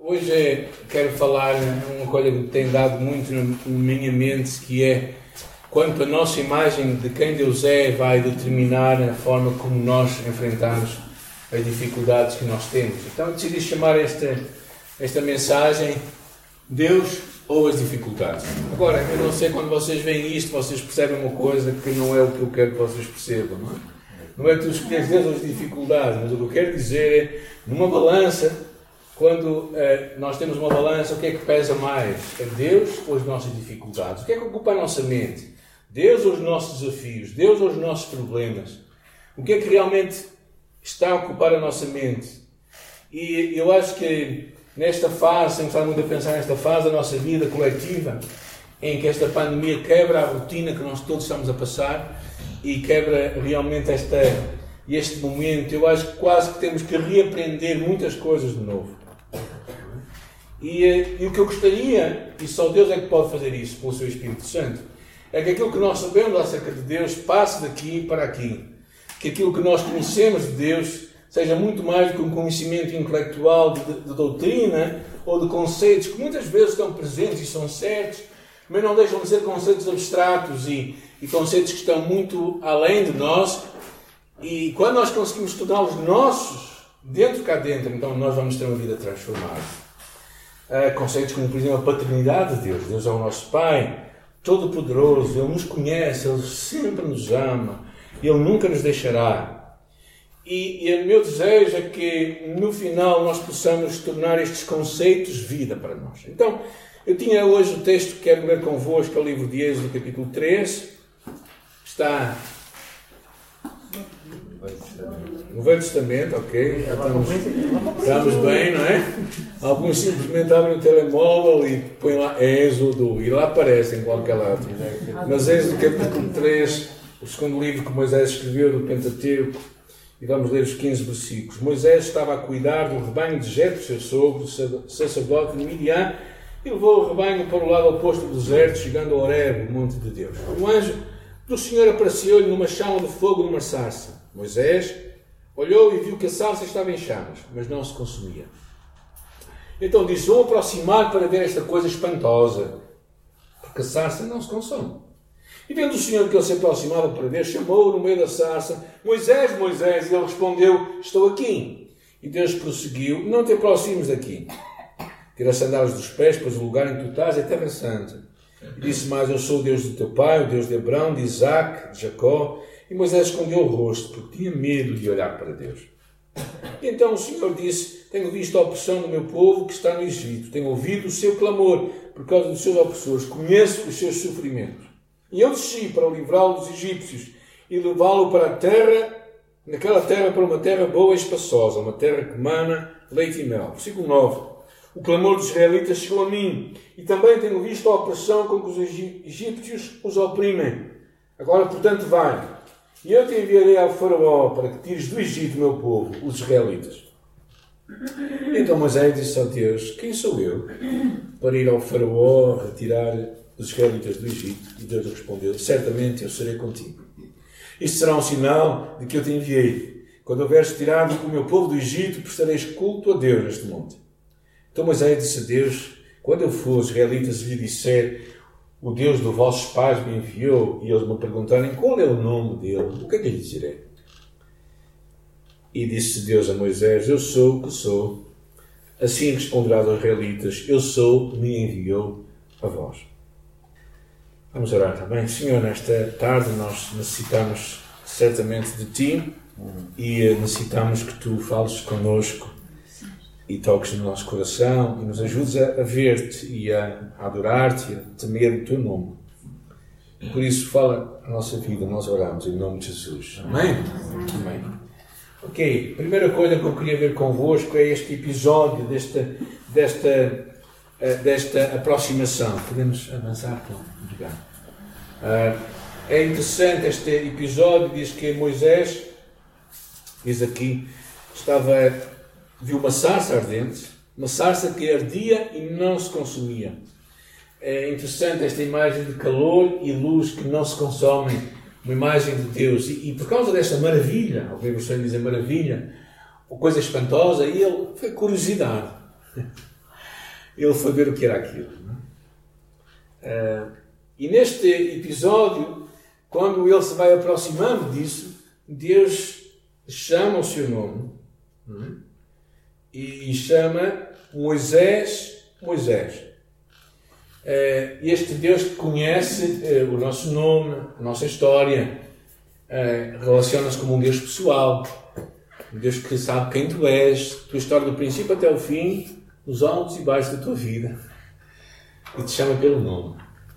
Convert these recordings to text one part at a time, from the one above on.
Hoje quero falar uma coisa que tem dado muito na minha mente, que é quanto a nossa imagem de quem Deus é vai determinar a forma como nós enfrentamos as dificuldades que nós temos. Então decidi chamar esta mensagem Deus ou as dificuldades. Agora, eu não sei, quando vocês veem isto, vocês percebem uma coisa que não é o que eu quero que vocês percebam, não é? Não é que tu escolhes Deus ou as dificuldades, mas o que eu quero dizer é, numa balança, quando nós temos uma balança, o que é que pesa mais? É Deus ou as nossas dificuldades? O que é que ocupa a nossa mente? Deus ou os nossos desafios? Deus ou os nossos problemas? O que é que realmente está a ocupar a nossa mente? E eu acho que nesta fase, temos estado muito a pensar nesta fase da nossa vida coletiva, em que esta pandemia quebra a rotina que nós todos estamos a passar e quebra realmente este momento. Eu acho que quase que temos que reaprender muitas coisas de novo. E o que eu gostaria, e só Deus é que pode fazer isso com o seu Espírito Santo, é que aquilo que nós sabemos acerca de Deus passe daqui para aqui. Que aquilo que nós conhecemos de Deus seja muito mais do que um conhecimento intelectual de doutrina ou de conceitos que muitas vezes estão presentes e são certos, mas não deixam de ser conceitos abstratos e conceitos que estão muito além de nós. E quando nós conseguimos torná-los nossos, cá dentro, então nós vamos ter uma vida transformada. Conceitos como, por exemplo, a paternidade de Deus. Deus é o nosso Pai, Todo-Poderoso, Ele nos conhece, Ele sempre nos ama, Ele nunca nos deixará. E o meu desejo é que, no final, nós possamos tornar estes conceitos vida para nós. Então, eu tinha hoje o texto que quero ler convosco, é o livro de Êxodo, capítulo 3. Está no Velho Testamento, ok? Estamos bem, não é? Alguns simplesmente abrem o telemóvel e põem lá Êxodo, e lá aparece em qualquer lado. Mas Êxodo, capítulo 3, o segundo livro que Moisés escreveu do Pentateuco, e vamos ler os 15 versículos. Moisés estava a cuidar do rebanho de Jetro, seu sogro, sacerdote de Midian, e levou o rebanho para o lado oposto do deserto, chegando a Horebe, o monte de Deus. Um anjo do Senhor apareceu-lhe numa chama de fogo numa sarça. Moisés olhou e viu que a sarça estava em chamas, mas não se consumia. Então disse: vou aproximar para ver esta coisa espantosa, porque a sarça não se consome. E vendo o Senhor que ele se aproximava para ver, chamou-o no meio da sarça: Moisés, Moisés, e ele respondeu: estou aqui. E Deus prosseguiu: não te aproximes daqui. Tira as sandálias dos pés, pois o lugar em que tu estás é terra santa. E disse mais: eu sou o Deus do teu pai, o Deus de Abraão, de Isaac, de Jacó. E Moisés escondeu o rosto, porque tinha medo de olhar para Deus. E então o Senhor disse: tenho visto a opressão do meu povo que está no Egito, tenho ouvido o seu clamor por causa dos seus opressores, conheço os seus sofrimentos. E eu desci para livrá-lo dos egípcios e levá-lo para a terra, naquela terra, para uma terra boa e espaçosa, uma terra que mana leite e mel. Versículo 9. O clamor dos israelitas chegou a mim, e também tenho visto a opressão com que os egípcios os oprimem. Agora, portanto, vai, e eu te enviarei ao faraó para que tires do Egito o meu povo, os israelitas. Então Moisés disse a Deus: quem sou eu para ir ao faraó retirar os israelitas do Egito? E Deus respondeu: certamente eu serei contigo. Isto será um sinal de que eu te enviei. Quando houveres tirado o meu povo do Egito, prestareis culto a Deus neste monte. Então Moisés disse a Deus: quando eu for, os israelitas lhe disser: o Deus dos vossos pais me enviou, e eles me perguntarem qual é o nome dele, o que é que eu lhe direi? E disse Deus a Moisés: eu sou o que sou. Assim responderás aos israelitas: eu sou, me enviou a vós. Vamos orar também. Senhor, nesta tarde nós necessitamos certamente de Ti e necessitamos que Tu fales connosco e toques no nosso coração e nos ajudes a ver-te e a adorar-te e a temer o Teu nome. Por isso, fala a nossa vida, nós oramos em nome de Jesus. Amém? Amém. Ok, a primeira coisa que eu queria ver convosco é este episódio desta aproximação. Podemos avançar? Obrigado. É interessante este episódio, diz que Moisés, diz aqui, viu uma sarça ardente, uma sarça que ardia e não se consumia. É interessante esta imagem de calor e luz que não se consomem, uma imagem de Deus. E por causa desta maravilha, alguém gostaria de dizer maravilha, ou coisa espantosa, e ele foi curiosidade. ele foi ver o que era aquilo. E neste episódio, quando ele se vai aproximando disso, Deus chama o seu nome e chama Moisés, Moisés. Este Deus que conhece o nosso nome, a nossa história, relaciona-se como um Deus pessoal, um Deus que sabe quem tu és, tua história do princípio até o fim, os altos e baixos da tua vida, e te chama pelo nome.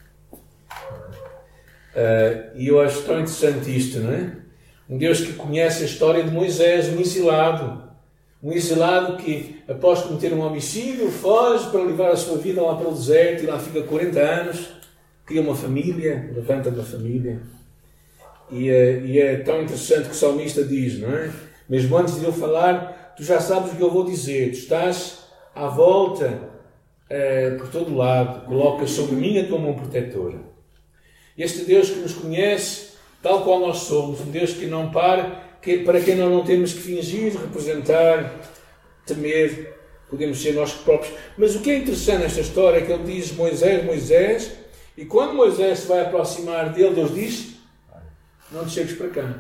E eu acho tão interessante isto, não é? Um Deus que conhece a história de Moisés, um exilado que, após cometer um homicídio, foge para levar a sua vida lá para o deserto e lá fica 40 anos, cria uma família, levanta uma família. E é tão interessante que o salmista diz, não é? Mesmo antes de eu falar, tu já sabes o que eu vou dizer, tu estás à volta, por todo lado, colocas sobre mim a tua mão protetora. Este Deus que nos conhece, tal qual nós somos, um Deus que não para quem nós não temos que fingir, representar, temer, podemos ser nós próprios. Mas o que é interessante nesta história é que ele diz Moisés, Moisés, e quando Moisés se vai aproximar dele, Deus diz, não te chegues para cá.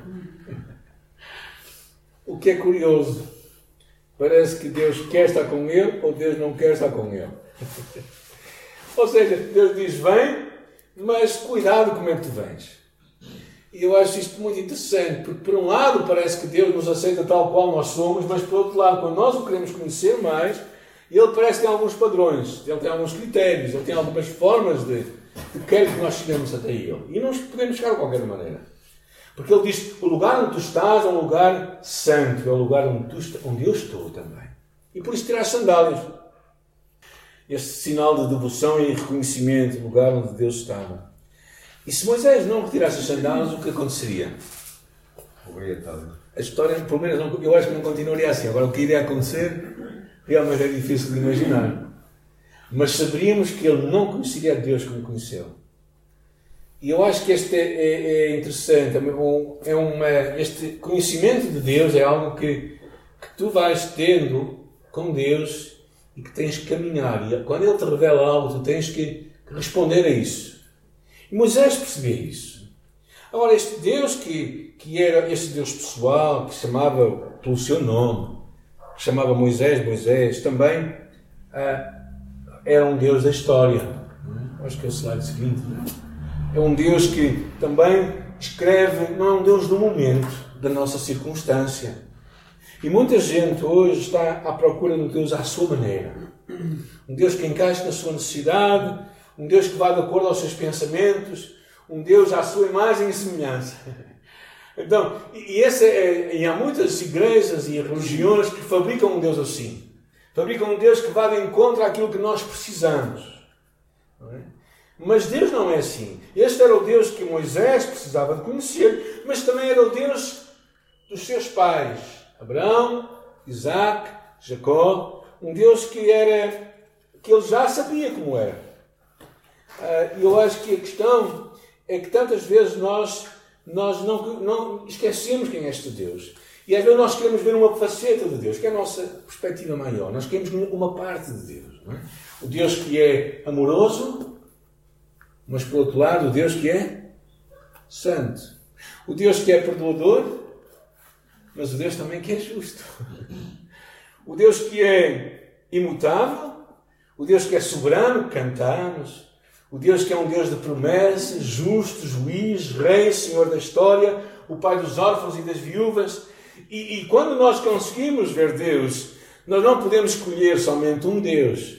O que é curioso, parece que Deus quer estar com ele ou Deus não quer estar com ele. Ou seja, Deus diz, vem, mas cuidado como é que tu vens. E eu acho isto muito interessante, porque por um lado parece que Deus nos aceita tal qual nós somos, mas por outro lado, quando nós o queremos conhecer mais, Ele parece que tem alguns padrões, Ele tem alguns critérios, Ele tem algumas formas de querer que nós cheguemos até Ele. E não podemos chegar de qualquer maneira. Porque Ele diz, o lugar onde tu estás é um lugar santo, é o lugar onde eu estou também. E por isso tirar as sandálias. Este sinal de devoção e reconhecimento do lugar onde Deus estava. E se Moisés não retirasse as sandálias, o que aconteceria? A história, pelo menos, eu acho que não continuaria assim. Agora, o que iria acontecer, realmente é difícil de imaginar. Mas saberíamos que ele não conheceria a Deus como conheceu. E eu acho que este é interessante. Este conhecimento de Deus é algo que tu vais tendo com Deus e que tens que caminhar. E quando Ele te revela algo, tu tens que responder a isso. E Moisés percebia isso. Agora, este Deus que era este Deus pessoal, que chamava pelo seu nome, que chamava Moisés, Moisés, também era um Deus da história. Acho que é o slide seguinte. É um Deus que também escreve, não é um Deus do momento, da nossa circunstância. E muita gente hoje está à procura de um Deus à sua maneira. Um Deus que encaixe na sua necessidade, um Deus que vá de acordo aos seus pensamentos, um Deus à sua imagem e semelhança. Então, e há muitas igrejas e religiões que fabricam um Deus assim. Fabricam um Deus que vá de encontro àquilo que nós precisamos. Não é? Mas Deus não é assim. Este era o Deus que Moisés precisava de conhecer, mas também era o Deus dos seus pais. Abraão, Isaac, Jacó. Um Deus que ele já sabia como era. E eu acho que a questão é que tantas vezes nós não esquecemos quem é este Deus. E às vezes nós queremos ver uma faceta de Deus, que é a nossa perspectiva maior. Nós queremos uma parte de Deus. Não é? O Deus que é amoroso, mas por outro lado, o Deus que é santo. O Deus que é perdoador, mas o Deus também que é justo. O Deus que é imutável, o Deus que é soberano, que cantamos. O Deus que é um Deus de promessas, justo, juiz, rei, Senhor da história, o Pai dos órfãos e das viúvas. E quando nós conseguimos ver Deus, nós não podemos escolher somente um Deus.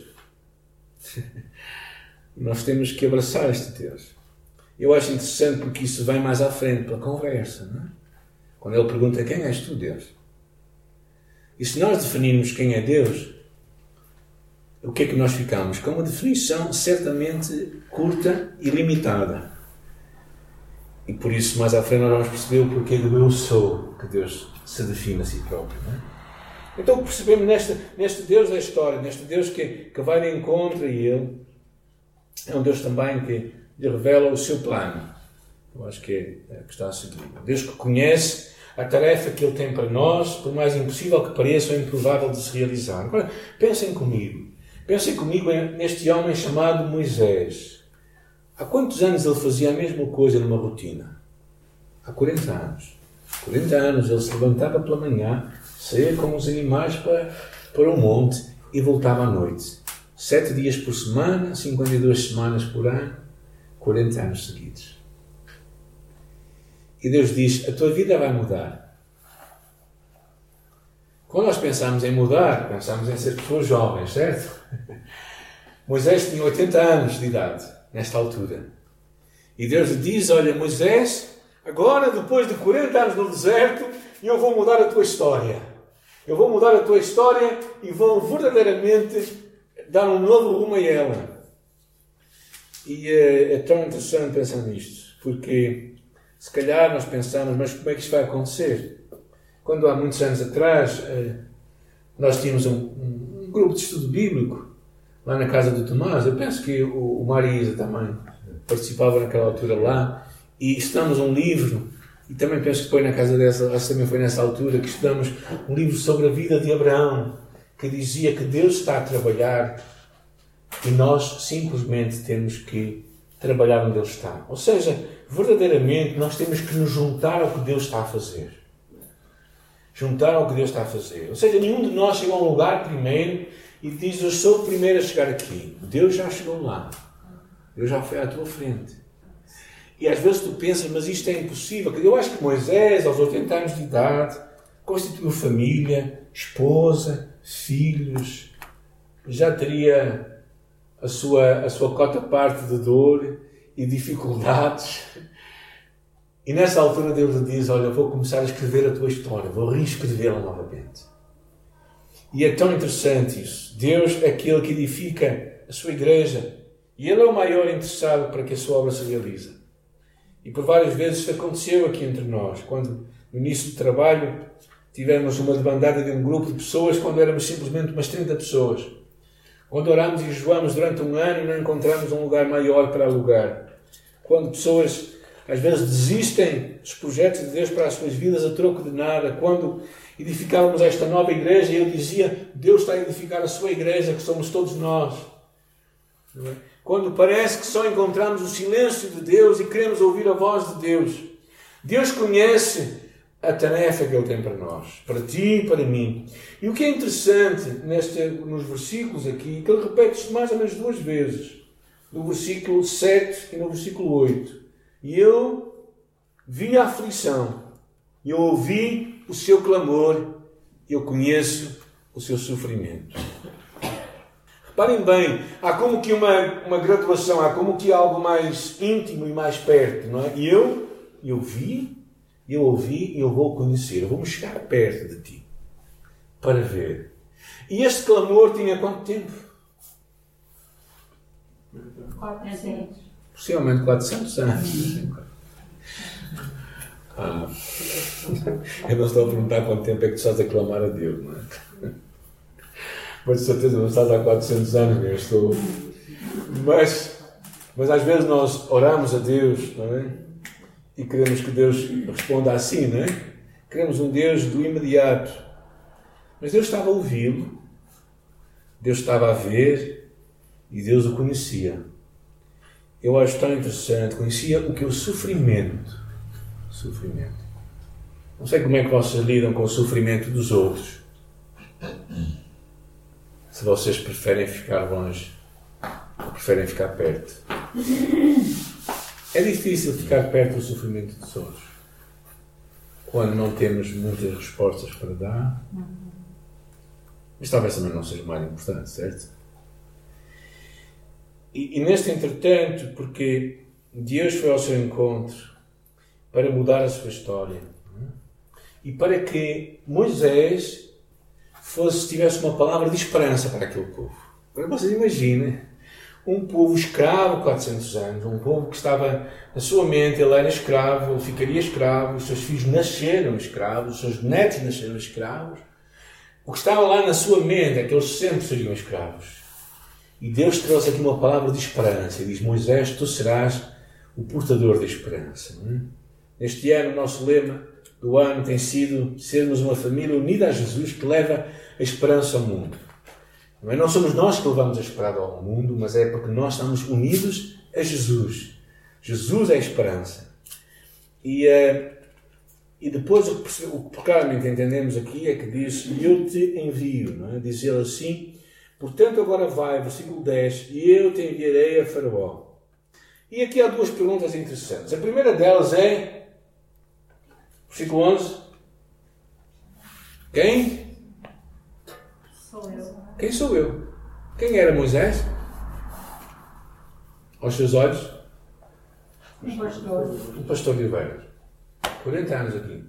Nós temos que abraçar este Deus. Eu acho interessante porque isso vem mais à frente pela conversa, não é? Quando ele pergunta quem és tu, Deus? E se nós definirmos quem é Deus, o que é que nós ficamos? Com uma definição certamente curta e limitada. E por isso, mais à frente, nós vamos perceber o porquê do eu sou, que Deus se define a si próprio. Não é? Então, o que percebemos neste Deus da história, neste Deus que vai de encontro a Ele, é um Deus também que lhe revela o seu plano. Eu acho que é que está a seguir. Um Deus que conhece a tarefa que Ele tem para nós, por mais impossível que pareça ou improvável de se realizar. Agora, pensem comigo. Pensem comigo neste homem chamado Moisés. Há quantos anos ele fazia a mesma coisa numa rotina? Há 40 anos. 40 anos ele se levantava pela manhã, saía com os animais para o monte e voltava à noite. 7 dias por semana, 52 semanas por ano, 40 anos seguidos. E Deus diz, a tua vida vai mudar. Quando nós pensamos em mudar, pensamos em ser pessoas jovens, certo? Moisés tinha 80 anos de idade, nesta altura. E Deus lhe diz, olha Moisés, agora depois de 40 anos no deserto, eu vou mudar a tua história. Eu vou mudar a tua história e vou verdadeiramente dar um novo rumo a ela. E é tão interessante pensar nisto, porque se calhar nós pensamos, mas como é que isto vai acontecer? Quando há muitos anos atrás nós tínhamos um grupo de estudo bíblico lá na casa do Tomás, eu penso que o Marisa também participava naquela altura lá, e estudamos um livro, e também penso que foi na casa dessa, acho que também foi nessa altura, que estudamos um livro sobre a vida de Abraão, que dizia que Deus está a trabalhar e nós simplesmente temos que trabalhar onde Ele está. Ou seja, verdadeiramente nós temos que nos juntar ao que Deus está a fazer. Juntar ao que Deus está a fazer. Ou seja, nenhum de nós chega a um lugar primeiro e diz, eu sou o primeiro a chegar aqui. Deus já chegou lá. Deus já foi à tua frente. E às vezes tu pensas, mas isto é impossível. Eu acho que Moisés, aos 80 anos de idade, constituiu família, esposa, filhos, já teria a sua cota parte de dor e dificuldades. E nessa altura Deus lhe diz, olha, eu vou começar a escrever a tua história, vou reescrevê-la novamente. E é tão interessante isso. Deus é aquele que edifica a sua igreja e Ele é o maior interessado para que a sua obra se realize. E por várias vezes isso aconteceu aqui entre nós, quando no início do trabalho tivemos uma debandada de um grupo de pessoas, quando éramos simplesmente umas 30 pessoas. Quando oramos e jejuamos durante um ano e não encontramos um lugar maior para alugar. Quando pessoas às vezes desistem dos projetos de Deus para as suas vidas a troco de nada. Quando edificávamos esta nova igreja e eu dizia, Deus está a edificar a sua igreja, que somos todos nós. Não é? Quando parece que só encontramos o silêncio de Deus e queremos ouvir a voz de Deus. Deus conhece a tarefa que Ele tem para nós, para ti e para mim. E o que é interessante nos versículos aqui, que Ele repete isto mais ou menos 2 vezes, no versículo 7 e no versículo 8. E eu vi a aflição, eu ouvi o seu clamor, eu conheço o seu sofrimento. Reparem bem, há como que uma graduação, há como que algo mais íntimo e mais perto, não é? E eu vi, eu ouvi e eu vou conhecer, eu vou chegar perto de ti para ver. E este clamor tinha quanto tempo? 400. Possivelmente 400 anos. Eu não estou a perguntar quanto tempo é que tu estás a clamar a Deus, não é? Mas de certeza não estás há 400 anos, eu estou. Mas às vezes nós oramos a Deus, não é? E queremos que Deus responda assim, não é? Queremos um Deus do imediato. Mas Deus estava a ouvi-lo, Deus estava a ver e Deus o conhecia. Eu acho tão interessante, conhecia o que é o sofrimento. Sofrimento. Não sei como é que vocês lidam com o sofrimento dos outros. Se vocês preferem ficar longe ou preferem ficar perto. É difícil ficar perto do sofrimento dos outros quando não temos muitas respostas para dar. Mas talvez também não seja mais importante, certo? E neste entretanto, porque Deus foi ao seu encontro para mudar a sua história e para que Moisés tivesse uma palavra de esperança para aquele povo. Agora vocês imaginem um povo escravo 400 anos, um povo que estava na sua mente, ele era escravo, ele ficaria escravo, os seus filhos nasceram escravos, os seus netos nasceram escravos. O que estava lá na sua mente é que eles sempre seriam escravos. E Deus trouxe aqui uma palavra de esperança e diz, Moisés, tu serás o portador da esperança. Não é? Este ano, o nosso lema do ano tem sido sermos uma família unida a Jesus que leva a esperança ao mundo. Não é? Não somos nós que levamos a esperança ao mundo, mas é porque nós estamos unidos a Jesus. Jesus é a esperança. E depois o que claramente entendemos aqui é que diz: eu te envio, não é? Diz ele assim: portanto agora vai, versículo 10, e eu te enviarei a Faraó. E aqui há duas perguntas interessantes. A primeira delas é, versículo 11, quem? Sou eu. Quem sou eu? Quem era Moisés? Aos seus olhos? Um pastor. Um pastor de ovelhas. 40 anos aqui.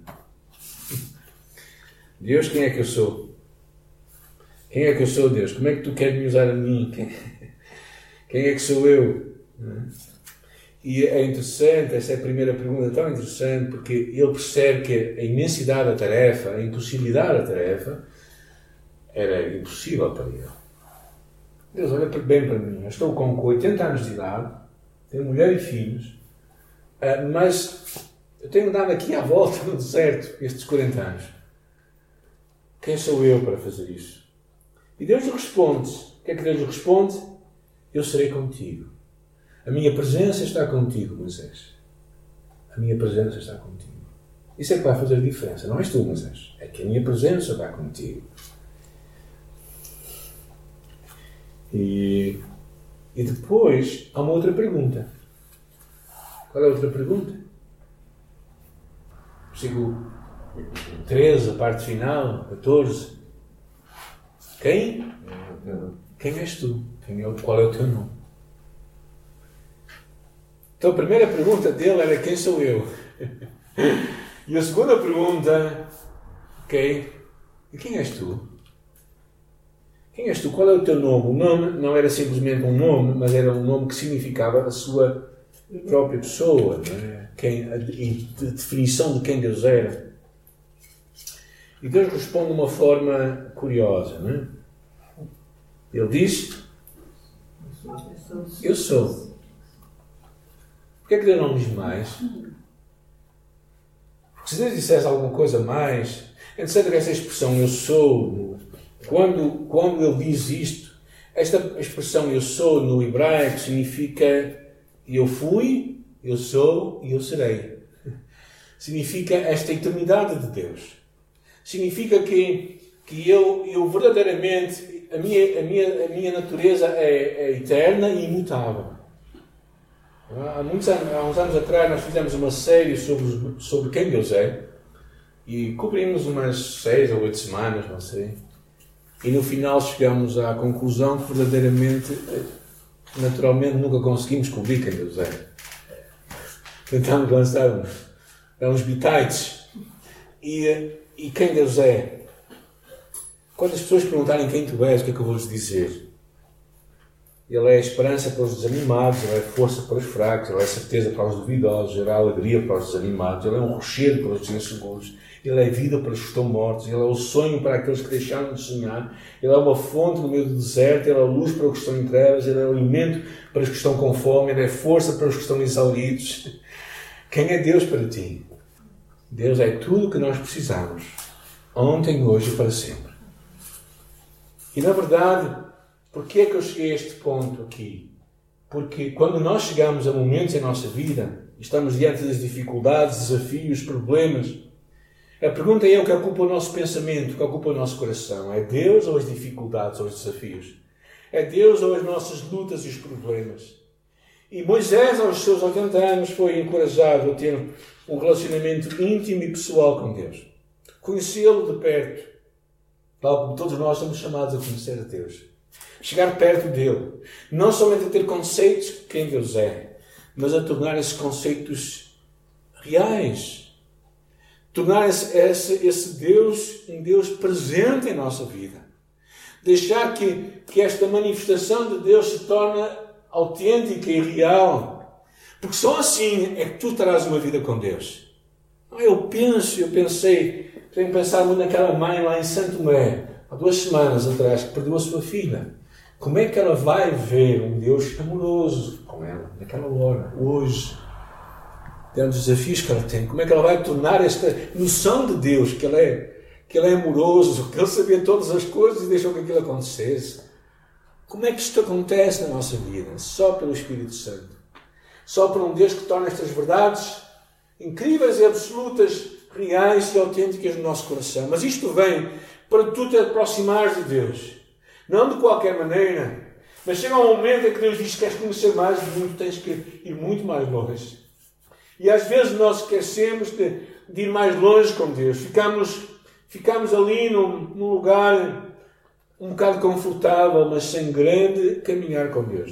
Deus, quem é que eu sou? Quem é que eu sou, Deus? Como é que tu queres me usar a mim? Quem é que sou eu? E é interessante, essa é a primeira pergunta tão interessante, porque ele percebe que a imensidade da tarefa, a impossibilidade da tarefa, era impossível para ele. Deus, olha bem para mim, eu estou com 80 anos de idade, tenho mulher e filhos, mas eu tenho andado aqui à volta no deserto estes 40 anos. Quem sou eu para fazer isso? E Deus lhe responde. O que é que Deus lhe responde? Eu serei contigo. A minha presença está contigo, Moisés. A minha presença está contigo. Isso é que vai fazer a diferença. Não és tu, Moisés. É que a minha presença está contigo. E depois há uma outra pergunta. Qual é a outra pergunta? Versículo 13, a parte final, 14. Quem? Quem és tu? Qual é o teu nome? Então a primeira pergunta dele era: quem sou eu? E a segunda pergunta: quem és tu? Quem és tu? Qual é o teu nome? O nome não era simplesmente um nome, mas era um nome que significava a sua própria pessoa, não é? A definição de quem Deus era. E Deus responde de uma forma curiosa, não é? Ele diz: eu sou. Porquê é que Deus não diz mais? Porque se Deus dissesse alguma coisa mais, é interessante que essa expressão eu sou, quando ele diz isto, esta expressão eu sou no hebraico significa eu fui, eu sou e eu serei. Significa esta eternidade de Deus. Significa que eu verdadeiramente, a minha natureza é eterna e imutável. Há uns anos atrás nós fizemos uma série sobre quem Deus é e cobrimos umas 6 ou 8 semanas, não sei. E no final chegamos à conclusão que verdadeiramente, naturalmente, nunca conseguimos cobrir quem Deus é. Tentámos lançar uns bitites. E quem Deus é? Quando as pessoas perguntarem quem tu és, o que é que eu vou-lhes dizer? Ele é a esperança para os desanimados, Ele é a força para os fracos, Ele é a certeza para os duvidosos, Ele é a alegria para os desanimados, Ele é um rochedo para os inseguros, Ele é a vida para os que estão mortos, Ele é o sonho para aqueles que deixaram de sonhar, Ele é uma fonte no meio do deserto, Ele é a luz para os que estão em trevas, Ele é o alimento para os que estão com fome, Ele é força para os que estão exauridos. Quem é Deus para ti? Deus é tudo o que nós precisamos, ontem, hoje e para sempre. E na verdade, porquê é que eu cheguei a este ponto aqui? Porque quando nós chegamos a momentos em nossa vida, estamos diante das dificuldades, desafios, problemas, a pergunta é o que ocupa o nosso pensamento, o que ocupa o nosso coração. É Deus ou as dificuldades ou os desafios? É Deus ou as nossas lutas e os problemas? E Moisés, aos seus 80 anos, foi encorajado a ter um relacionamento íntimo e pessoal com Deus. Conhecê-lo de perto. Tal como todos nós somos chamados a conhecer a Deus. Chegar perto dele. Não somente a ter conceitos de quem Deus é, mas a tornar esses conceitos reais. Tornar esse Deus um Deus presente em nossa vida. Deixar que esta manifestação de Deus se torne autêntica e real. Porque só assim é que tu terás uma vida com Deus. Eu pensei, tenho pensado muito naquela mãe lá em Santo Tomé, há 2 semanas atrás, que perdeu a sua filha. Como é que ela vai ver um Deus amoroso com ela, naquela hora, hoje? Tem os desafios que ela tem. Como é que ela vai tornar esta noção de Deus, que ele é amoroso, que ele sabia todas as coisas e deixou que aquilo acontecesse? Como é que isto acontece na nossa vida? Só pelo Espírito Santo. Só por um Deus que torna estas verdades incríveis e absolutas, reais e autênticas no nosso coração. Mas isto vem para tu te aproximares de Deus. Não de qualquer maneira. Mas chega um momento em que Deus diz que queres conhecer mais muito, tens que ir muito mais longe. E às vezes nós esquecemos de ir mais longe com Deus. Ficamos ali num lugar um bocado confortável, mas sem grande caminhar com Deus.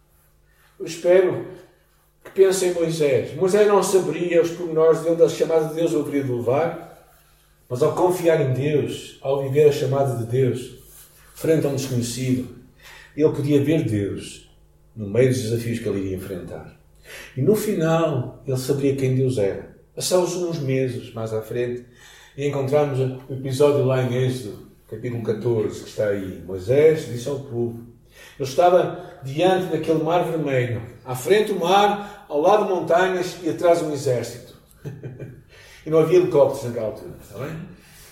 Eu espero que pensem em Moisés. Moisés não saberia os pormenores de onde a chamada de Deus o haveria de levar, mas ao confiar em Deus, ao viver a chamada de Deus, frente a um desconhecido, ele podia ver Deus no meio dos desafios que ele iria enfrentar. E no final, ele saberia quem Deus era. Passados uns meses mais à frente, e encontramos o episódio lá em Êxodo, capítulo 14, que está aí. Moisés disse ao povo. Ele estava diante daquele mar vermelho. À frente o mar, ao lado montanhas e atrás um exército. E não havia helicópteros naquela altura, está bem?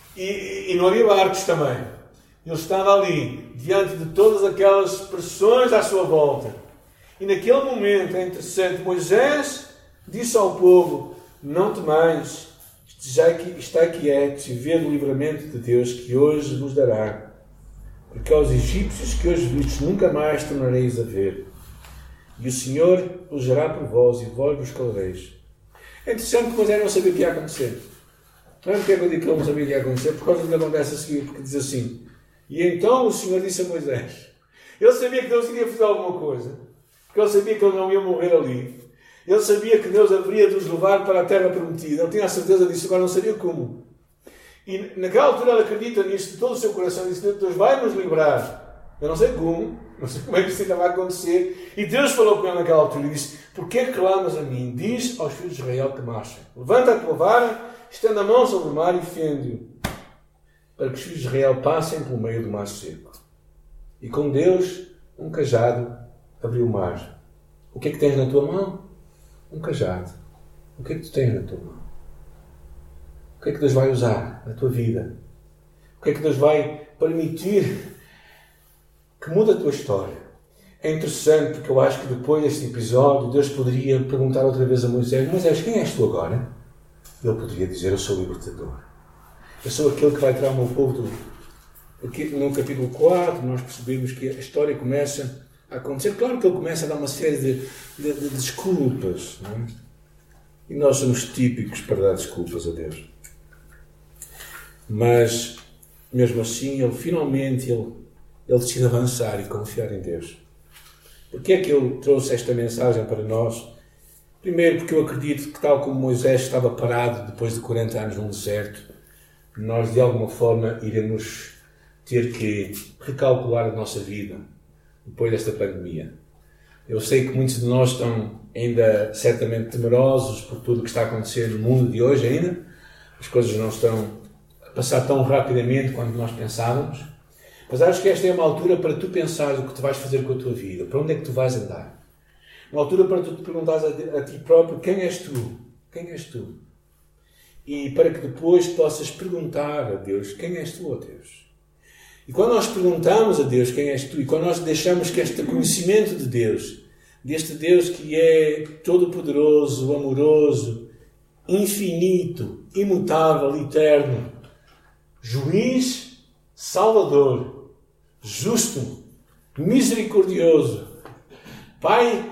E não havia barcos também. Ele estava ali, diante de todas aquelas pressões à sua volta. E naquele momento, é interessante, Moisés disse ao povo, não temais, estai quietos e vede o livramento de Deus que hoje vos dará. Porque aos egípcios que hoje vistes nunca mais tornareis a ver. E o Senhor os gerá por vós e vós vos calareis. É interessante que Moisés não sabia o que ia acontecer. Não é porque eu digo que ele não sabia o que ia acontecer, por causa do que acontece a seguir, porque diz assim, e então o Senhor disse a Moisés. Ele sabia que Deus iria fazer alguma coisa, porque ele sabia que ele não ia morrer ali. Ele sabia que Deus haveria de os levar para a terra prometida. Ele tinha a certeza disso, agora não sabia como. E naquela altura ele acredita nisso de todo o seu coração. Ele disse, Deus vai nos livrar. Eu não sei como é que isso ainda vai acontecer. E Deus falou com ele naquela altura e disse, porquê clamas a mim? Diz aos filhos de Israel que marchem. Levanta a tua vara, estenda a mão sobre o mar e fende-o, para que os filhos de Israel passem pelo meio do mar seco. E com Deus, um cajado abriu o mar. O que é que tens na tua mão? Um cajado. O que é que tu tens na tua mão? O que é que Deus vai usar na tua vida? O que é que Deus vai permitir que mude a tua história? É interessante porque eu acho que depois deste episódio Deus poderia perguntar outra vez a Moisés, Moisés, quem és tu agora? Ele poderia dizer, eu sou o libertador. Eu sou aquele que vai tirar o meu povo Aqui no capítulo 4 nós percebemos que a história começa a acontecer. Claro que ele começa a dar uma série de desculpas, não é? E nós somos típicos para dar desculpas a Deus. Mas, mesmo assim, ele finalmente decide avançar e confiar em Deus. Porquê é que eu trouxe esta mensagem para nós? Primeiro, porque eu acredito que, tal como Moisés estava parado depois de 40 anos num deserto, nós, de alguma forma, iremos ter que recalcular a nossa vida depois desta pandemia. Eu sei que muitos de nós estão ainda certamente temerosos por tudo o que está a acontecer no mundo de hoje ainda. As coisas não estão a passar tão rapidamente quanto nós pensávamos. Mas acho que esta é uma altura para tu pensares o que tu vais fazer com a tua vida. Para onde é que tu vais andar? Uma altura para tu te perguntares a ti próprio quem és tu? Quem és tu? E para que depois possas perguntar a Deus quem és tu, ó Deus? E quando nós perguntamos a Deus quem és tu, e quando nós deixamos que este conhecimento de Deus, deste Deus que é todo-poderoso, amoroso, infinito, imutável, eterno, juiz, salvador, justo, misericordioso, Pai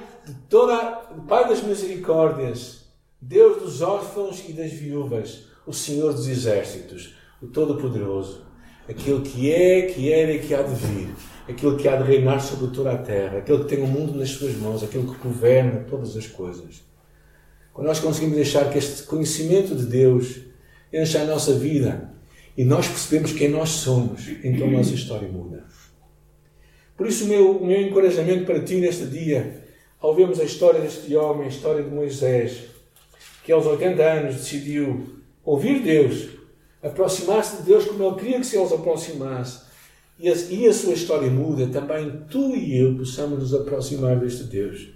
das misericórdias, Deus dos órfãos e das viúvas, o Senhor dos exércitos, o Todo-Poderoso, aquele que é, que era e que há de vir, aquele que há de reinar sobre toda a terra, aquele que tem o mundo nas suas mãos, aquele que governa todas as coisas. Quando nós conseguimos deixar que este conhecimento de Deus encha a nossa vida e nós percebemos quem nós somos, então a nossa história muda. Por isso o meu encorajamento para ti neste dia, ao vermos a história deste homem, a história de Moisés, que aos 80 anos decidiu ouvir Deus, aproximar-se de Deus como ele queria que se eles aproximasse, e a sua história muda, também tu e eu possamos nos aproximar deste Deus.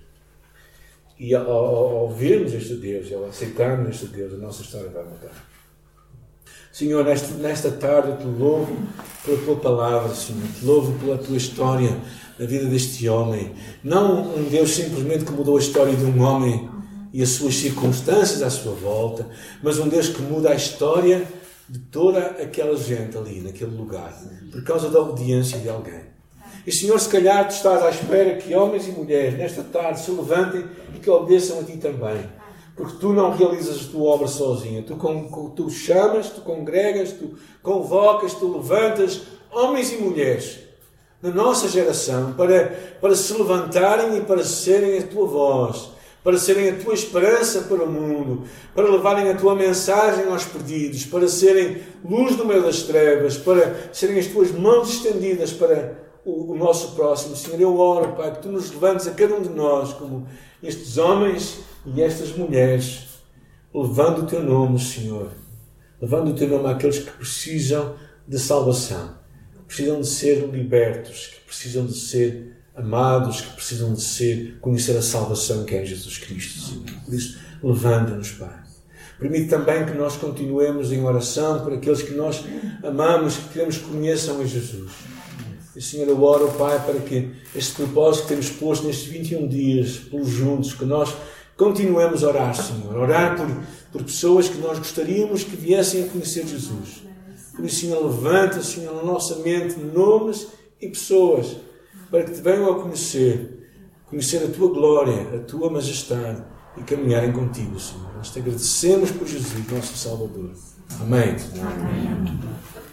E ao vermos este Deus, ao aceitarmos este Deus, a nossa história vai mudar. Senhor, nesta tarde eu te louvo pela tua palavra, Senhor. Te louvo pela tua história na vida deste homem. Não um Deus simplesmente que mudou a história de um homem e as suas circunstâncias à sua volta, mas um Deus que muda a história de toda aquela gente ali, naquele lugar, por causa da obediência de alguém. E, Senhor, se calhar tu estás à espera que homens e mulheres nesta tarde se levantem e que obedeçam a ti também. Porque tu não realizas a tua obra sozinha. Tu chamas, tu congregas, tu convocas, tu levantas homens e mulheres na nossa geração para se levantarem e para serem a tua voz, para serem a tua esperança para o mundo, para levarem a tua mensagem aos perdidos, para serem luz no meio das trevas, para serem as tuas mãos estendidas para o nosso próximo. Senhor, eu oro, Pai, que tu nos levantes a cada um de nós como estes homens e estas mulheres, levando o teu nome, Senhor, levando o teu nome àqueles que precisam de salvação, que precisam de ser libertos, que precisam de ser amados, que precisam de conhecer a salvação que é em Jesus Cristo, Senhor. Por isso, levanta-nos, Pai. Permite também que nós continuemos em oração por aqueles que nós amamos, que queremos que conheçam a Jesus. E, Senhor, eu oro, Pai, para que este propósito que temos posto nestes 21 dias, pelos juntos, que nós continuemos a orar, Senhor. Orar por pessoas que nós gostaríamos que viessem a conhecer Jesus. Por isso, Senhor, levanta, Senhor, na nossa mente nomes e pessoas para que te venham a conhecer a tua glória, a tua majestade e caminharem contigo, Senhor. Nós te agradecemos por Jesus, nosso Salvador. Amém. Amém.